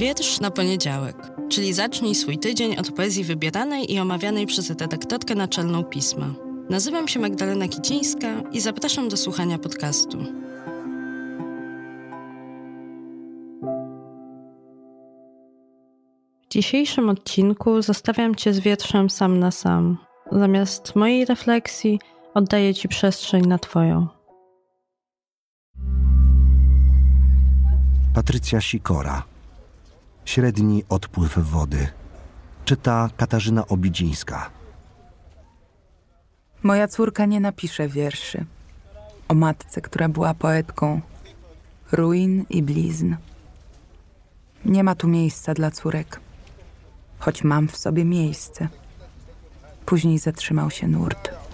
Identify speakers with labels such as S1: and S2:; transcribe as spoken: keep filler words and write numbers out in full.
S1: Wiersz na poniedziałek, czyli zacznij swój tydzień od poezji wybieranej i omawianej przez redaktorkę naczelną pisma. Nazywam się Magdalena Kicińska i zapraszam do słuchania podcastu. W dzisiejszym odcinku zostawiam Cię z wierszem sam na sam. Zamiast mojej refleksji oddaję Ci przestrzeń na Twoją.
S2: Patrycja Sikora. Średni odpływ wody. Czyta Katarzyna Obidzińska.
S3: Moja córka nie napisze wierszy o matce, która była poetką ruin i blizn. Nie ma tu miejsca dla córek, choć mam w sobie miejsce. Później zatrzymał się nurt.